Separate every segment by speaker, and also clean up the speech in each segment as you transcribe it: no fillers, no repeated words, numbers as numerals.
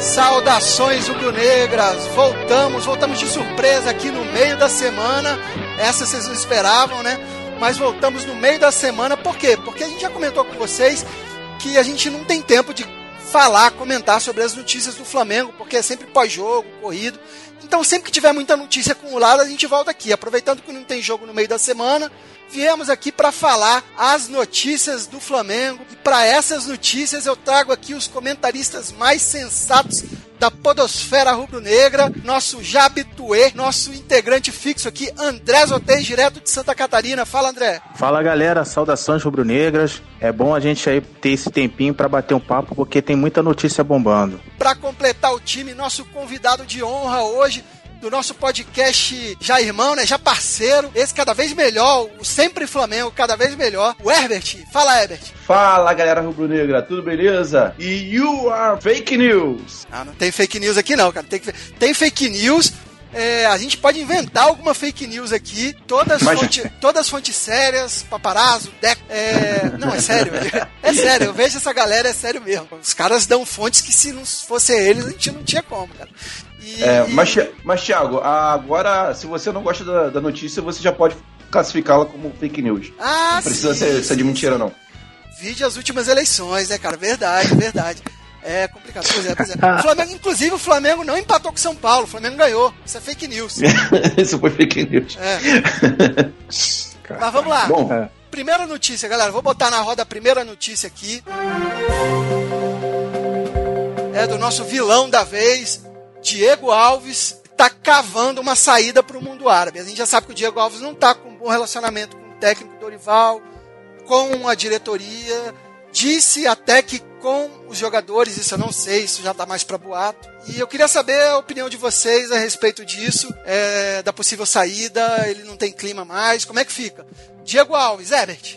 Speaker 1: Saudações rubro-negras, voltamos de surpresa aqui no meio da semana. Essa vocês não esperavam, né? Mas voltamos no meio da semana, por quê? Porque a gente já comentou com vocês que a gente não tem tempo de comentar sobre as notícias do Flamengo, porque é sempre pós-jogo, corrido. Então sempre que tiver muita notícia acumulada, a gente volta aqui. Aproveitando que não tem jogo no meio da semana, viemos aqui para falar as notícias do Flamengo. E para essas notícias eu trago aqui os comentaristas mais sensatos da podosfera rubro-negra, nosso já habitué, nosso integrante fixo aqui, André Zotez, direto de Santa Catarina. Fala, André.
Speaker 2: Fala, galera, saudações rubro-negras. É bom a gente aí ter esse tempinho para bater um papo, porque tem muita notícia bombando.
Speaker 1: Para completar o time, nosso convidado de honra hoje, do nosso podcast já irmão, né? Já parceiro, esse cada vez melhor, o sempre Flamengo, cada vez melhor, o Herbert. Fala, Herbert.
Speaker 3: Fala, galera rubro-negra, tudo beleza? E you are fake news.
Speaker 1: Não tem fake news aqui não, cara. Tem fake news. A gente pode inventar alguma fake news aqui, todas fontes sérias, paparazzo, Deco. Não, é sério, é sério, eu vejo essa galera, é sério mesmo. Os caras dão fontes que se não fosse eles, a gente não tinha como, cara.
Speaker 3: Mas Thiago, agora, se você não gosta da notícia, você já pode classificá-la como fake news. Não precisa ser de mentira, não.
Speaker 1: Vide as últimas eleições, né, cara? Verdade. É complicado. Pois é. Inclusive, o Flamengo não empatou com o São Paulo. O Flamengo ganhou. Isso é fake news.
Speaker 3: Isso foi fake news.
Speaker 1: Mas vamos lá. Bom, primeira notícia, galera. Vou botar na roda a primeira notícia aqui. É do nosso vilão da vez, Diego Alves. Tá cavando uma saída para o mundo árabe. A gente já sabe que o Diego Alves não tá com um bom relacionamento com o técnico Dorival, com a diretoria. Disse até que com os jogadores, isso eu não sei, isso já tá mais pra boato. E eu queria saber a opinião de vocês a respeito disso, da possível saída, ele não tem clima mais, como é que fica? Diego Alves, Herbert.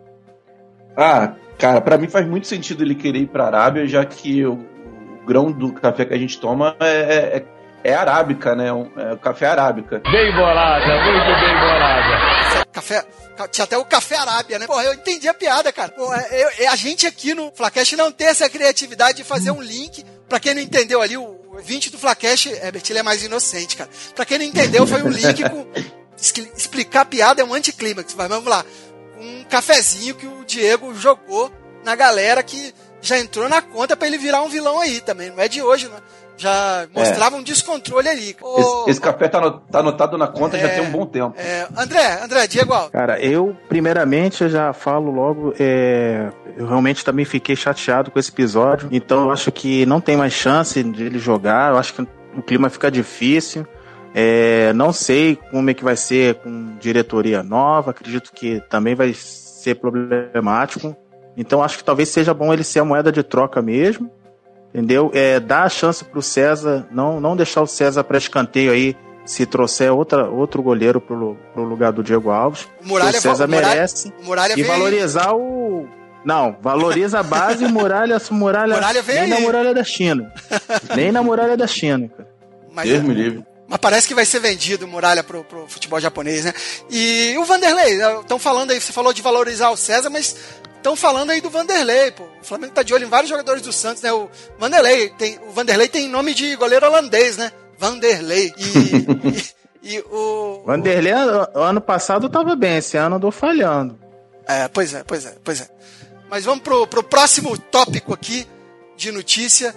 Speaker 3: Cara, pra mim faz muito sentido ele querer ir pra Arábia, já que o grão do café que a gente toma é arábica, né? É o café arábica.
Speaker 4: Bem bolada, muito bem bolada.
Speaker 1: Café... Tinha até o Café Arábia, né? Porra, eu entendi a piada, cara. Porra, a gente aqui no Flacast não tem essa criatividade de fazer um link. Pra quem não entendeu ali, o 20 do Flacast, Herbert, ele é mais inocente, cara. Pra quem não entendeu, foi um link com... Explicar a piada é um anticlímax, mas vamos lá. Um cafezinho que o Diego jogou na galera que já entrou na conta pra ele virar um vilão aí também. Não é de hoje, né? Já mostrava um descontrole ali.
Speaker 3: Esse café tá anotado na conta já tem um bom tempo.
Speaker 1: André, Diego Alves.
Speaker 2: Cara, primeiramente, eu já falo logo, eu realmente também fiquei chateado com esse episódio, então eu acho que não tem mais chance de ele jogar, eu acho que o clima fica difícil, não sei como é que vai ser com diretoria nova, acredito que também vai ser problemático, então acho que talvez seja bom ele ser a moeda de troca mesmo, entendeu? Dar a chance pro César, não deixar o César para escanteio aí, se trouxer outro goleiro pro lugar do Diego Alves. O César merece. E valorizar o... Não, valoriza a base e muralha nem na muralha da China. Nem na muralha da China, cara.
Speaker 3: Deus me livre.
Speaker 1: Mas parece que vai ser vendido muralha pro futebol japonês, né? E o Vanderlei, estão falando aí, você falou de valorizar o César, mas estão falando aí do Vanderlei, pô. O Flamengo tá de olho em vários jogadores do Santos, né? O Vanderlei tem nome de goleiro holandês, né? Vanderlei. E o...
Speaker 2: Vanderlei, ano passado tava bem, esse ano andou falhando.
Speaker 1: Pois é. Mas vamos pro próximo tópico aqui de notícia.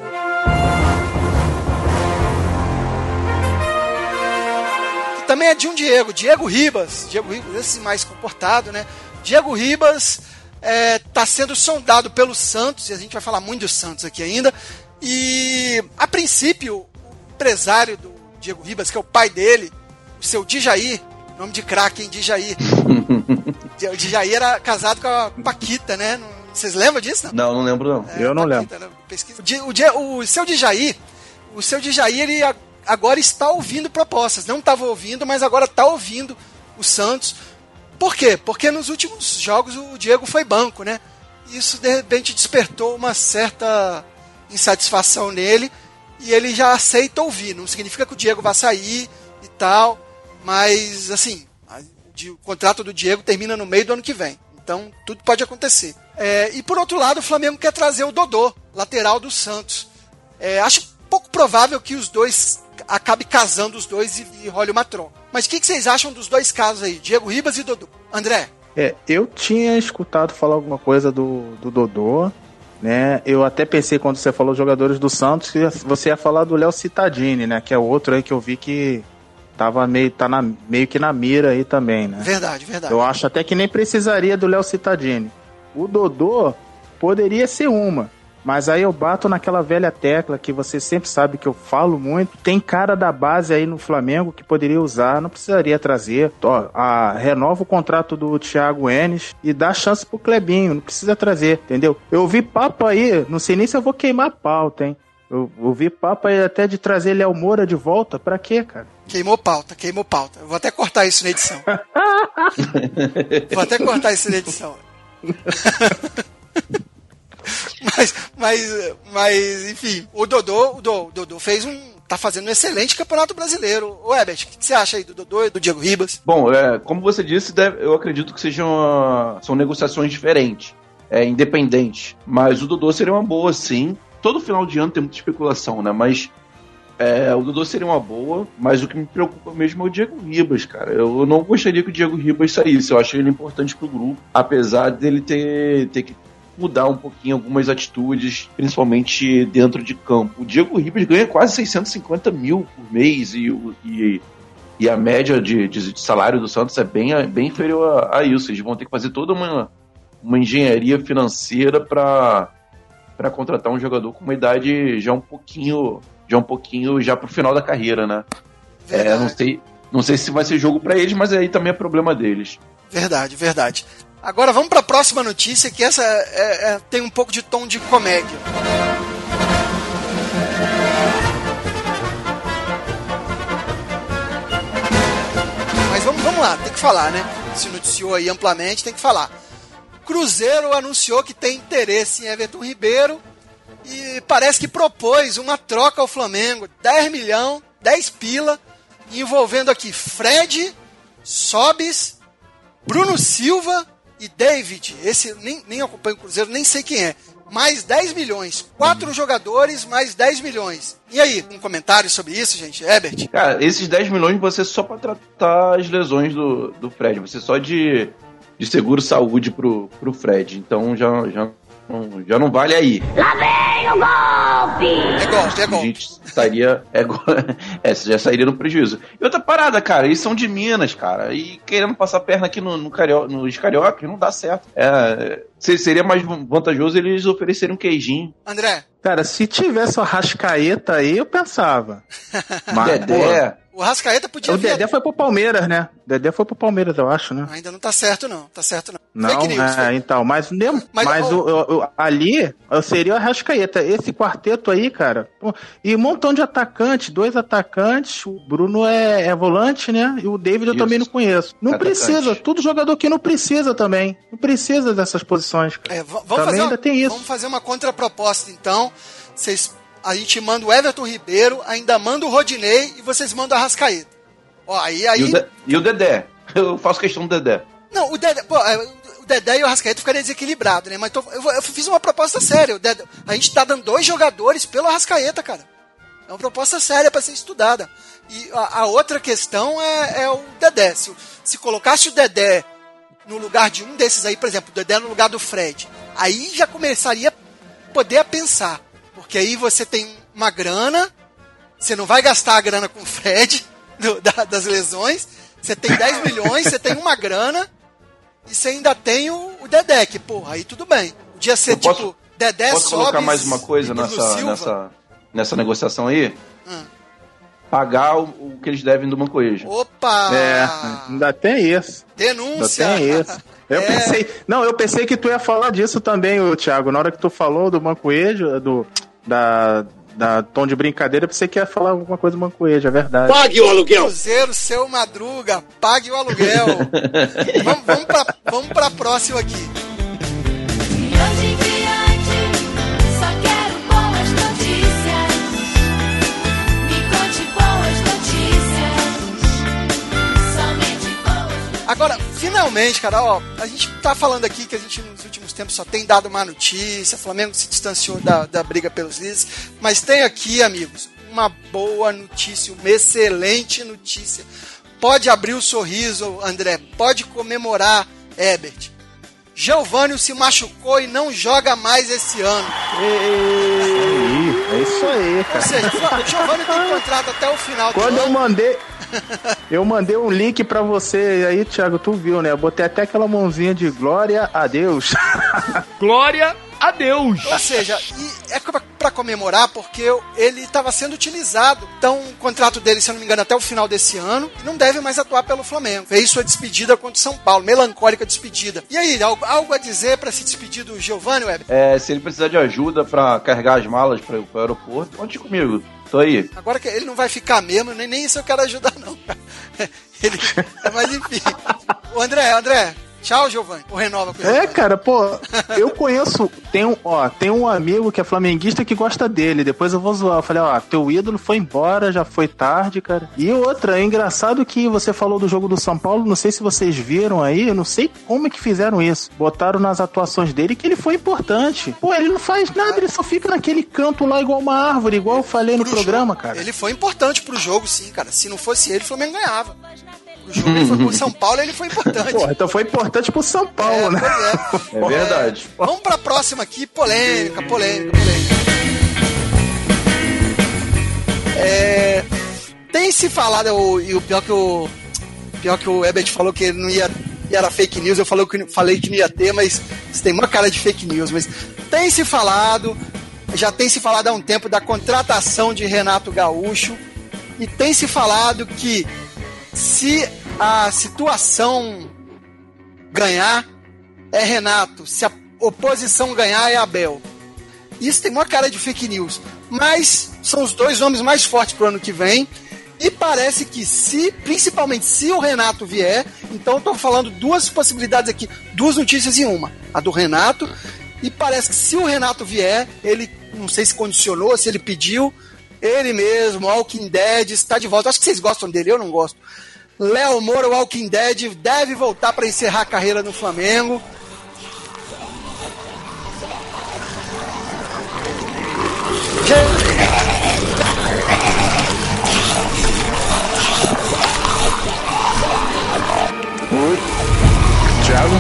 Speaker 1: Que também é de um Diego Ribas, esse mais comportado, né? Diego Ribas tá sendo sondado pelo Santos, e a gente vai falar muito do Santos aqui ainda, e a princípio o empresário do Diego Ribas, que é o pai dele, o seu Djair, nome de craque, hein, Djair. O Djair era casado com a Paquita, né? Vocês lembram disso?
Speaker 3: Não lembro não.
Speaker 2: Eu não
Speaker 1: Paquita,
Speaker 2: lembro.
Speaker 1: Né? Pesquisa. O seu Djair, ele agora está ouvindo propostas. Não estava ouvindo, mas agora está ouvindo o Santos. Por quê? Porque nos últimos jogos o Diego foi banco, né? Isso de repente despertou uma certa insatisfação nele e ele já aceita ouvir. Não significa que o Diego vai sair e tal, mas assim, o contrato do Diego termina no meio do ano que vem. Então tudo pode acontecer. E por outro lado, o Flamengo quer trazer o Dodô, lateral do Santos. Acho pouco provável que os dois acabe casando os dois e role uma troca. Mas o que vocês acham dos dois casos aí, Diego Ribas e Dodô? André?
Speaker 2: Eu tinha escutado falar alguma coisa do Dodô, né? Eu até pensei, quando você falou jogadores do Santos, que você ia falar do Léo Cittadini, né? Que é outro aí que eu vi que tá meio que na mira aí também, né?
Speaker 1: Verdade.
Speaker 2: Eu acho até que nem precisaria do Léo Cittadini. O Dodô poderia ser uma, mas aí eu bato naquela velha tecla que você sempre sabe que eu falo muito. Tem cara da base aí no Flamengo que poderia usar, não precisaria trazer. Renova o contrato do Thiago Enes e dá chance pro Clebinho, não precisa trazer, entendeu? Eu ouvi papo aí, não sei nem se eu vou queimar a pauta, hein? Eu ouvi papo aí até de trazer Léo Moura de volta, pra quê, cara?
Speaker 1: Queimou pauta. Eu vou até cortar isso na edição. Mas, enfim, o Dodô fez tá fazendo um excelente campeonato brasileiro. Ô, Herbert, o que você acha aí do Dodô e do Diego Ribas?
Speaker 3: Bom, como você disse, eu acredito que são negociações diferentes, independentes. Mas o Dodô seria uma boa, sim. Todo final de ano tem muita especulação, né? Mas o Dodô seria uma boa, mas o que me preocupa mesmo é o Diego Ribas, cara. Eu não gostaria que o Diego Ribas saísse. Eu achei ele importante pro grupo, apesar dele ter que mudar um pouquinho algumas atitudes, principalmente dentro de campo. O Diego Ribas ganha quase 650 mil por mês e a média de salário do Santos é bem inferior a isso. Eles vão ter que fazer toda uma engenharia financeira para contratar um jogador com uma idade já um pouquinho já pro final da carreira, né? Não sei se vai ser jogo para eles, mas aí também é problema deles.
Speaker 1: Verdade. Agora vamos para a próxima notícia, que essa tem um pouco de tom de comédia. Mas vamos lá, tem que falar, né? Se noticiou aí amplamente, tem que falar. Cruzeiro anunciou que tem interesse em Everton Ribeiro e parece que propôs uma troca ao Flamengo, 10 milhões, 10 pila, envolvendo aqui Fred, Sobis, Bruno Silva e David. Esse nem acompanha o Cruzeiro, nem sei quem é. Mais 10 milhões. 4 jogadores, mais 10 milhões. E aí, um comentário sobre isso, gente? Herbert?
Speaker 3: Cara, esses 10 milhões você só pra tratar as lesões do Fred. Você só de seguro-saúde pro Fred. Então já não vale aí.
Speaker 5: Lá vem o golpe!
Speaker 1: É golpe.
Speaker 3: A gente já sairia no prejuízo. E outra parada, cara, eles são de Minas, cara, e querendo passar perna aqui nos Carioca, não dá certo. Seria mais vantajoso eles oferecerem um queijinho.
Speaker 1: André?
Speaker 2: Cara, se tivesse o Arrascaeta aí, eu pensava.
Speaker 3: Mas, Dedé...
Speaker 1: O Arrascaeta podia
Speaker 2: O Dedé foi pro Palmeiras, né? Dedé foi pro Palmeiras, eu acho, né?
Speaker 1: Ainda não tá certo, não.
Speaker 2: Não, então, mas ali seria o Arrascaeta. Esse quarteto aí, cara, e um montão de atacantes, 2 atacantes, o Bruno é volante, né? E o David eu também não conheço. Não precisa, todo jogador que não precisa também. Não precisa dessas posições.
Speaker 1: Vamos fazer uma contraproposta, então. A gente manda o Everton Ribeiro, ainda manda o Rodinei e vocês mandam a Arrascaeta. Ó, aí...
Speaker 3: E o Dedé? Eu faço questão do Dedé.
Speaker 1: Não, o Dedé e o Arrascaeta ficariam desequilibrados, né? Mas eu fiz uma proposta séria. A gente tá dando 2 jogadores pelo Arrascaeta, cara. É uma proposta séria pra ser estudada. E a outra questão é o Dedé. Se colocasse o Dedé no lugar de um desses aí, por exemplo, o Dedé no lugar do Fred, aí já começaria a poder pensar. Porque aí você tem uma grana, você não vai gastar a grana com o Fred, das lesões, você tem 10 milhões, você tem uma grana, e você ainda tem o Dedé, que, porra, aí tudo bem. Podia ser Dedé,
Speaker 3: posso
Speaker 1: Sobis,
Speaker 3: colocar mais uma coisa nessa negociação aí? Pagar o que eles devem do Mancoejo.
Speaker 1: Opa!
Speaker 2: Ainda tem isso.
Speaker 1: Denúncia!
Speaker 2: Ainda tem isso. Eu pensei que tu ia falar disso também, Thiago. Na hora que tu falou do Mancoejo, da tom de brincadeira, eu pensei que ia falar alguma coisa do Mancoejo, é verdade.
Speaker 5: Pague o aluguel!
Speaker 1: Cruzeiro, seu Madruga, pague o aluguel. vamos pra próxima aqui.
Speaker 6: Hoje em diante, só quero boas notícias. Me conte boas notícias. Somente boas notícias.
Speaker 1: Agora, finalmente, cara, a gente tá falando aqui que a gente nos últimos tempos só tem dado má notícia, o Flamengo se distanciou da briga pelos líderes, mas tem aqui, amigos, uma boa notícia, uma excelente notícia. Pode abrir o sorriso, André, pode comemorar, Herbert. Geovânio se machucou e não joga mais esse ano.
Speaker 2: É isso aí, cara.
Speaker 1: Ou seja, o Geovânio tem contrato até o final do
Speaker 2: Quando
Speaker 1: ano.
Speaker 2: eu mandei um link pra você, aí, Thiago, tu viu, né? Eu botei até aquela mãozinha de glória a Deus.
Speaker 4: Glória a Deus!
Speaker 1: Ou seja, e é pra comemorar porque ele estava sendo utilizado. Então, o contrato dele, se eu não me engano, até o final desse ano, não deve mais atuar pelo Flamengo. Fez sua despedida contra o São Paulo, melancólica despedida. E aí, algo a dizer pra se despedir do Geovânio, Web?
Speaker 3: Se ele precisar de ajuda pra carregar as malas para o aeroporto, conte comigo. Tô aí.
Speaker 1: Agora que ele não vai ficar mesmo, nem isso eu quero ajudar, não. Mas enfim. O André. Tchau, Giovanni. Ou renova com o Giovanni.
Speaker 2: Cara, pô, eu conheço. Tem um amigo que é flamenguista que gosta dele. Depois eu vou zoar. Eu falei, teu ídolo foi embora, já foi tarde, cara. E outra, é engraçado que você falou do jogo do São Paulo. Não sei se vocês viram aí. Eu não sei como é que fizeram isso. Botaram nas atuações dele que ele foi importante. Pô, ele não faz nada, ele só fica naquele canto lá igual uma árvore, igual eu falei no programa, cara.
Speaker 1: Ele foi importante pro jogo, sim, cara. Se não fosse ele, o Flamengo ganhava. O jogo ele foi pro São Paulo, ele foi importante.
Speaker 2: Porra, então foi importante pro São Paulo, né?
Speaker 1: Pois
Speaker 3: É verdade.
Speaker 1: Vamos pra próxima aqui, polêmica. Tem se falado, e o pior que o Herbert falou que não ia, era fake news, eu falei que não ia ter, mas isso tem uma cara de fake news, mas tem se falado, já tem se falado há um tempo da contratação de Renato Gaúcho, e tem se falado que se a situação ganhar, é Renato. Se a oposição ganhar, é Abel. Isso tem uma cara de fake news. Mas são os dois nomes mais fortes pro ano que vem. E parece que principalmente se o Renato vier, então eu tô falando duas possibilidades aqui, duas notícias em uma. A do Renato, e parece que se o Renato vier, ele, não sei se condicionou, se ele pediu, ele mesmo, Walking Dead, está de volta. Acho que vocês gostam dele, eu não gosto. Léo Moura, Walking Dead, deve voltar para encerrar a carreira no Flamengo.
Speaker 2: Oi, Thiago.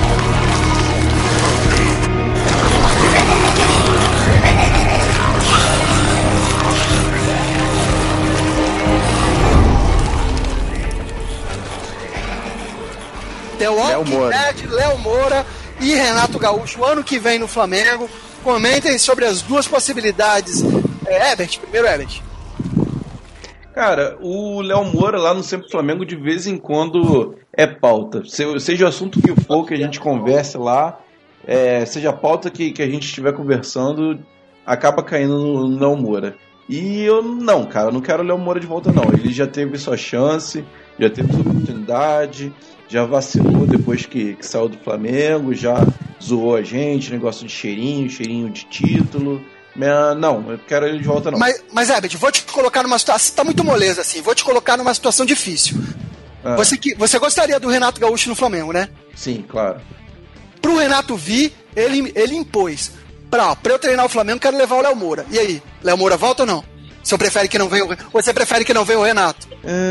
Speaker 1: The Walking Dead, Léo Moura e Renato Gaúcho, ano que vem no Flamengo. Comentem sobre as duas possibilidades. Herbert, primeiro Herbert.
Speaker 3: Cara, o Léo Moura lá no Sempre Flamengo de vez em quando é pauta. Seja o assunto que for que a gente converse lá, seja a pauta que a gente estiver conversando, acaba caindo no Léo Moura. E eu não quero o Léo Moura de volta não. Ele já teve sua chance, já teve sua oportunidade, já vacilou depois que saiu do Flamengo, já zoou a gente, negócio de cheirinho de título. Não, eu quero ele de volta não.
Speaker 1: Mas Herbert, vou te colocar numa situação, tá muito moleza assim, vou te colocar numa situação difícil. Você gostaria do Renato Gaúcho no Flamengo, né?
Speaker 3: Sim, claro.
Speaker 1: Pro Renato vir, ele impôs. Pra eu treinar o Flamengo, quero levar o Léo Moura. E aí, Léo Moura volta ou não? Você prefere que não venha o Renato?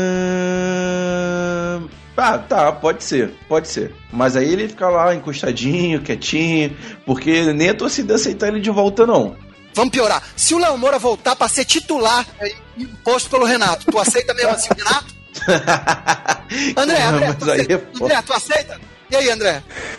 Speaker 3: Tá, pode ser. Mas aí ele fica lá encostadinho, quietinho, porque nem a torcida aceita ele de volta não.
Speaker 1: Vamos piorar. Se o Léo Moura voltar pra ser titular imposto pelo Renato, tu aceita mesmo assim o Renato? André, tu aceita? E aí, André?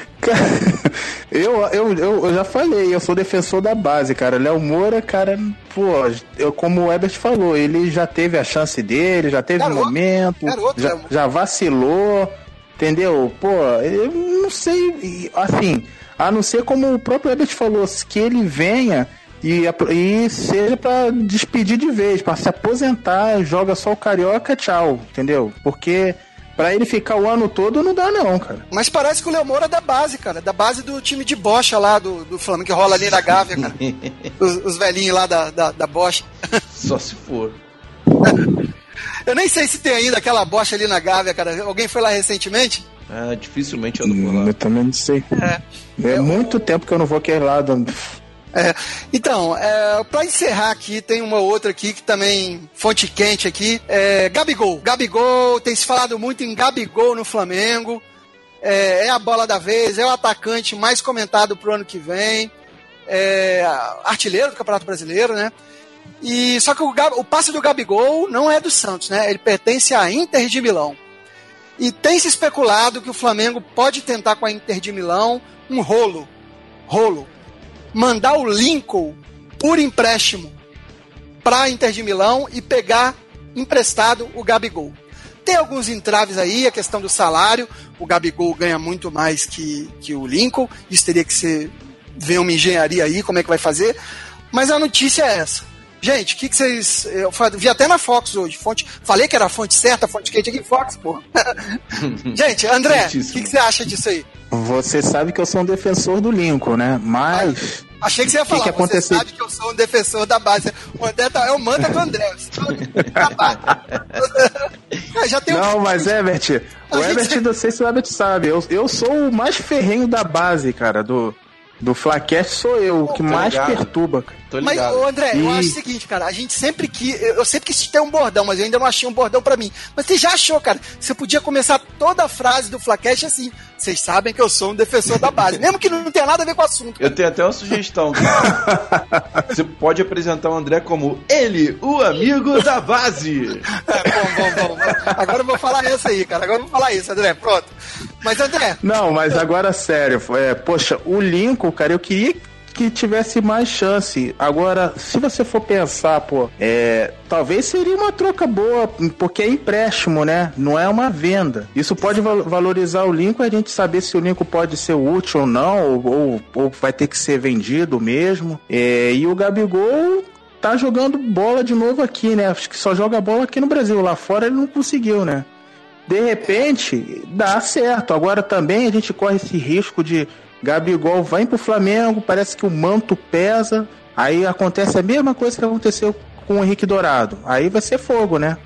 Speaker 2: Eu já falei, eu sou defensor da base, cara. Léo Moura, cara, pô, como o Herbert falou, ele já teve a chance dele, já teve momento, já vacilou, entendeu? Pô, eu não sei, assim, a não ser como o próprio Herbert falou, que ele venha e seja pra despedir de vez, pra se aposentar, joga só o Carioca, tchau, entendeu? Porque pra ele ficar o ano todo não dá não, cara.
Speaker 1: Mas parece que o Léo Moura é da base, cara. Da base do time de bocha lá do Flamengo, que rola ali na Gávea, cara. os velhinhos lá da bocha.
Speaker 3: Só se for.
Speaker 1: Eu nem sei se tem ainda aquela bocha ali na Gávea, cara. Alguém foi lá recentemente?
Speaker 3: Dificilmente eu não vou lá.
Speaker 2: Eu também não sei. É muito tempo que eu não vou aquele lado.
Speaker 1: Então, para encerrar aqui, tem uma outra aqui que também, fonte quente aqui, Gabigol. Gabigol, tem se falado muito em Gabigol no Flamengo, é a bola da vez, é o atacante mais comentado pro ano que vem, artilheiro do Campeonato Brasileiro, né? E só que o passe do Gabigol não é do Santos, né? Ele pertence à Inter de Milão. E tem se especulado que o Flamengo pode tentar com a Inter de Milão um rolo. Mandar o Lincoln por empréstimo para a Inter de Milão e pegar emprestado o Gabigol. Tem alguns entraves aí, a questão do salário. O Gabigol ganha muito mais que o Lincoln. Isso teria que ver uma engenharia aí, como é que vai fazer. Mas a notícia é essa. Gente, o que vocês... Eu vi até na Fox hoje. Falei que era a fonte certa, a fonte quente aqui, Fox, pô. Gente, André, o que você acha disso aí?
Speaker 2: Você sabe que eu sou um defensor do Lincoln, né? Mas...
Speaker 1: Achei que você ia falar,
Speaker 2: que
Speaker 1: você sabe que eu sou um defensor da base. O André é o manta do André. Da base. Já tem
Speaker 2: não, mas Herbert, o Herbert, não sei se o Herbert sabe, eu sou o mais ferrenho da base, cara, do Flacast sou eu, o que mais perturba.
Speaker 1: Mas, André, eu acho o seguinte, cara, eu sempre quis ter um bordão, mas eu ainda não achei um bordão pra mim. Mas você já achou, cara, você podia começar toda a frase do Flacast assim, vocês sabem que eu sou um defensor da base, mesmo que não tenha nada a ver com o assunto. Cara.
Speaker 3: Eu tenho até uma sugestão, cara. Você pode apresentar o André como ele, o amigo da base.
Speaker 1: Bom. Agora eu vou falar essa aí, cara, agora eu vou falar isso, André, pronto. Mas, André...
Speaker 2: Não, mas agora, sério, poxa, o Lincoln, cara, eu queria que tivesse mais chance. Agora, se você for pensar, talvez seria uma troca boa, porque é empréstimo, né? Não é uma venda. Isso pode valorizar o Lincoln, a gente saber se o Lincoln pode ser útil ou não, ou vai ter que ser vendido mesmo. E o Gabigol tá jogando bola de novo aqui, né? Acho que só joga bola aqui no Brasil. Lá fora ele não conseguiu, né? De repente, dá certo. Agora também a gente corre esse risco de Gabigol vai pro Flamengo, parece que o manto pesa, aí acontece a mesma coisa que aconteceu com o Henrique Dourado. Aí vai ser fogo, né?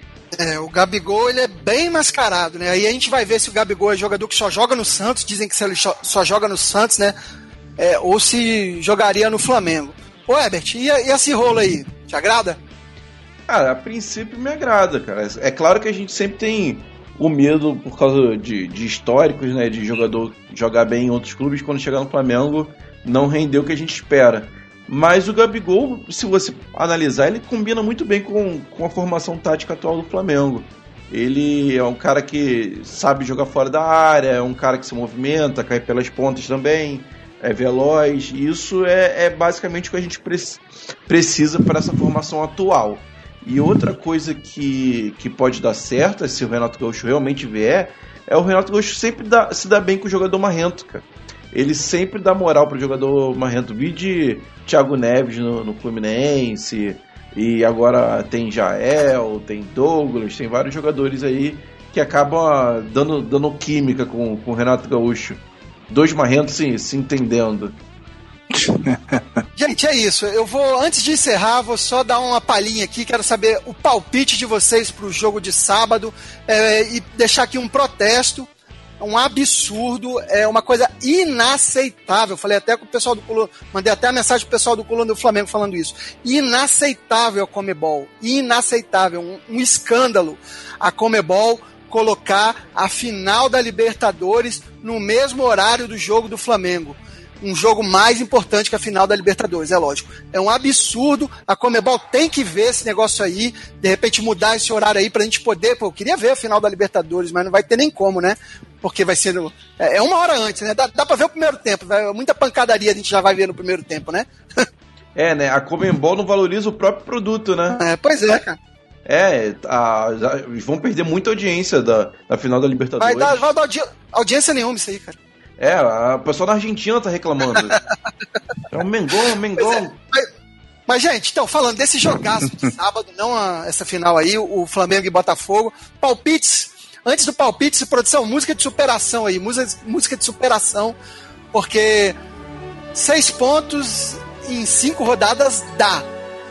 Speaker 1: O Gabigol, ele é bem mascarado, né? Aí a gente vai ver se o Gabigol é jogador que só joga no Santos, dizem que ele só joga no Santos, né? Ou se jogaria no Flamengo. Ô, Herbert, e esse rolo aí? Te agrada?
Speaker 3: Cara, a princípio me agrada, cara. É claro que a gente sempre tem o medo por causa de históricos, né, de jogador jogar bem em outros clubes, quando chegar no Flamengo não rendeu o que a gente espera. Mas o Gabigol, se você analisar, ele combina muito bem com a formação tática atual do Flamengo. Ele é um cara que sabe jogar fora da área, é um cara que se movimenta, cai pelas pontas também, é veloz. E isso é basicamente o que a gente precisa para essa formação atual. E outra coisa que pode dar certo, se o Renato Gaúcho realmente vier, é o Renato Gaúcho sempre se dá bem com o jogador marrento, cara. Ele sempre dá moral pro jogador marrento. Vi de Thiago Neves no Fluminense, e agora tem Jael, tem Douglas, tem vários jogadores aí que acabam dando química com o Renato Gaúcho. Dois marrentos se entendendo.
Speaker 1: Gente, é isso. Eu vou, antes de encerrar, vou só dar uma palhinha aqui. Quero saber o palpite de vocês pro jogo de sábado, e deixar aqui um protesto. Um absurdo, é uma coisa inaceitável. Falei até com o pessoal do Coluna, mandei até a mensagem pro pessoal do Coluna do Flamengo falando isso. Inaceitável a Conmebol, inaceitável, um escândalo a Conmebol colocar a final da Libertadores no mesmo horário do jogo do Flamengo. Um jogo mais importante que a final da Libertadores, é lógico. É um absurdo, a Conmebol tem que ver esse negócio aí, de repente mudar esse horário aí pra gente poder, eu queria ver a final da Libertadores, mas não vai ter nem como, né? Porque vai ser uma hora antes, né? Dá pra ver o primeiro tempo, muita pancadaria a gente já vai ver no primeiro tempo, né?
Speaker 3: Né? A Conmebol não valoriza o próprio produto, né?
Speaker 1: Pois é, cara.
Speaker 3: Vão perder muita audiência da final da Libertadores.
Speaker 1: Vai dar audiência nenhuma isso aí, cara.
Speaker 3: A pessoa na Argentina tá reclamando. É o Mengão.
Speaker 1: Mas, gente, então, falando desse jogaço de sábado, não essa final aí, o Flamengo e Botafogo. Palpites. Antes do palpite, produção, música de superação aí. Música de superação. Porque 6 pontos em 5 rodadas dá.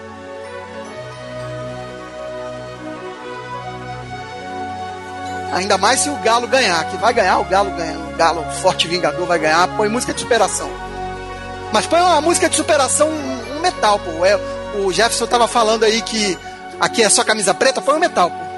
Speaker 1: Ainda mais se o Galo ganhar, que vai ganhar, o Galo ganha. O Galo, forte vingador, vai ganhar. Põe música de superação. Mas põe uma música de superação, um metal, pô. O Jefferson tava falando aí que aqui é só camisa preta, põe um metal, pô.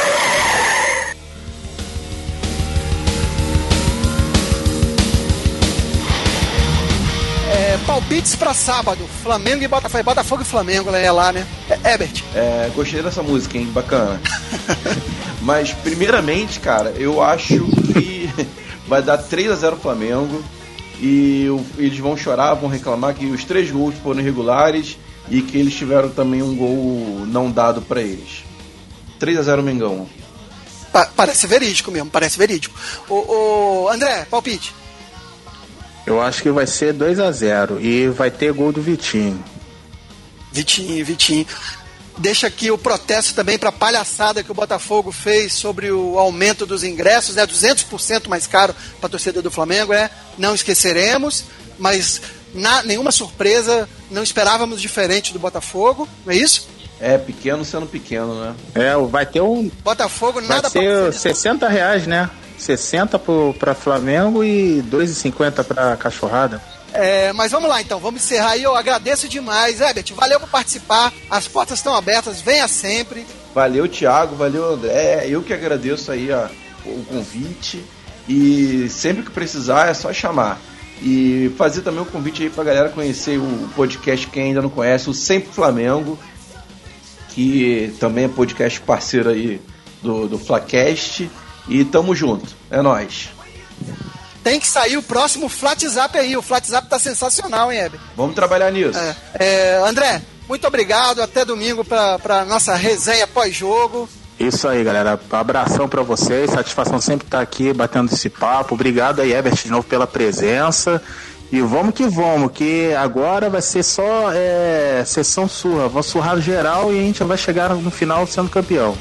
Speaker 1: Palpites pra sábado, Flamengo e Botafogo. Botafogo e Flamengo, lá, né? Herbert.
Speaker 3: Gostei dessa música, hein? Bacana. Mas, primeiramente, cara, eu acho que vai dar 3-0 Flamengo. E eles vão chorar, vão reclamar que os 3 gols foram irregulares e que eles tiveram também um gol não dado pra eles. 3-0 Mengão.
Speaker 1: Parece verídico mesmo, parece verídico. André, palpite.
Speaker 2: Eu acho que vai ser 2-0 e vai ter gol do Vitinho.
Speaker 1: Vitinho. Deixa aqui o protesto também para a palhaçada que o Botafogo fez sobre o aumento dos ingressos, né? 200% mais caro para a torcida do Flamengo, não esqueceremos, mas nenhuma surpresa, não esperávamos diferente do Botafogo, não é isso?
Speaker 3: Pequeno sendo pequeno, né?
Speaker 2: Vai ter um...
Speaker 1: Botafogo, nada
Speaker 2: para R$60, né? 60 para Flamengo e 2,50 para cachorrada.
Speaker 1: Mas vamos lá então, vamos encerrar aí. Eu agradeço demais, Herbert, valeu por participar, as portas estão abertas, venha sempre.
Speaker 3: Valeu, Thiago, valeu, André, eu que agradeço aí o convite e sempre que precisar é só chamar. E fazer também um convite aí pra galera conhecer o podcast, quem ainda não conhece, o Sempre Flamengo, que também é podcast parceiro aí do Flacast. E tamo junto, é nóis.
Speaker 1: Tem que sair o próximo Flatzap aí, o Flatzap tá sensacional, hein, Heber?
Speaker 3: Vamos trabalhar nisso.
Speaker 1: André, muito obrigado, até domingo pra nossa resenha pós-jogo.
Speaker 2: Isso aí, galera, abração pra vocês, satisfação sempre estar aqui batendo esse papo. Obrigado aí, Herbert, de novo pela presença. E vamos, que agora vai ser só sessão surra, vamos surrar geral e a gente vai chegar no final sendo campeão.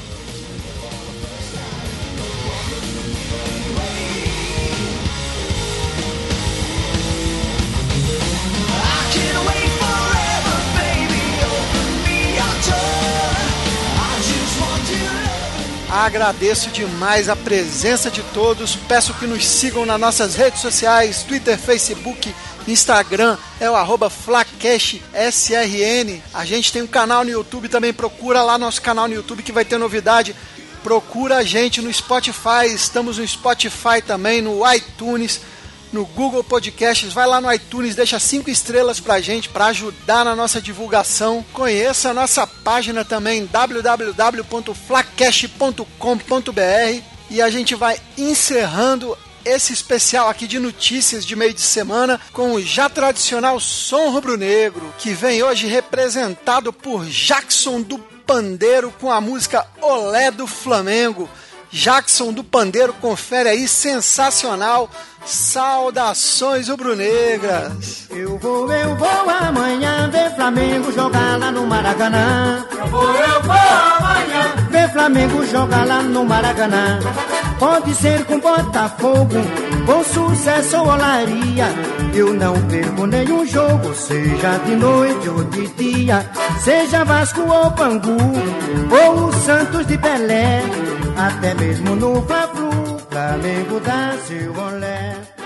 Speaker 1: Agradeço demais a presença de todos. Peço que nos sigam nas nossas redes sociais, Twitter, Facebook, Instagram, é o @FlacashSRN. A gente tem um canal no YouTube também, procura lá nosso canal no YouTube que vai ter novidade. Procura a gente no Spotify, estamos no Spotify também, no iTunes, no Google Podcasts. Vai lá no iTunes, deixa 5 estrelas pra gente, pra ajudar na nossa divulgação. Conheça a nossa página também, www.flacast.com.br. E a gente vai encerrando esse especial aqui de notícias de meio de semana com o já tradicional Som Rubro-Negro, que vem hoje representado por Jackson do Pandeiro com a música Olé do Flamengo. Jackson do Pandeiro, confere aí, sensacional. Saudações rubro-negras.
Speaker 7: Eu vou amanhã ver Flamengo jogar lá no Maracanã. Eu vou amanhã ver Flamengo jogar lá no Maracanã. Pode ser com Botafogo, com sucesso ou olaria. Eu não perco nenhum jogo, seja de noite ou de dia. Seja Vasco ou Bangu, ou o Santos de Pelé. Até mesmo no Fla-Flu, Flamengo dá seu olé.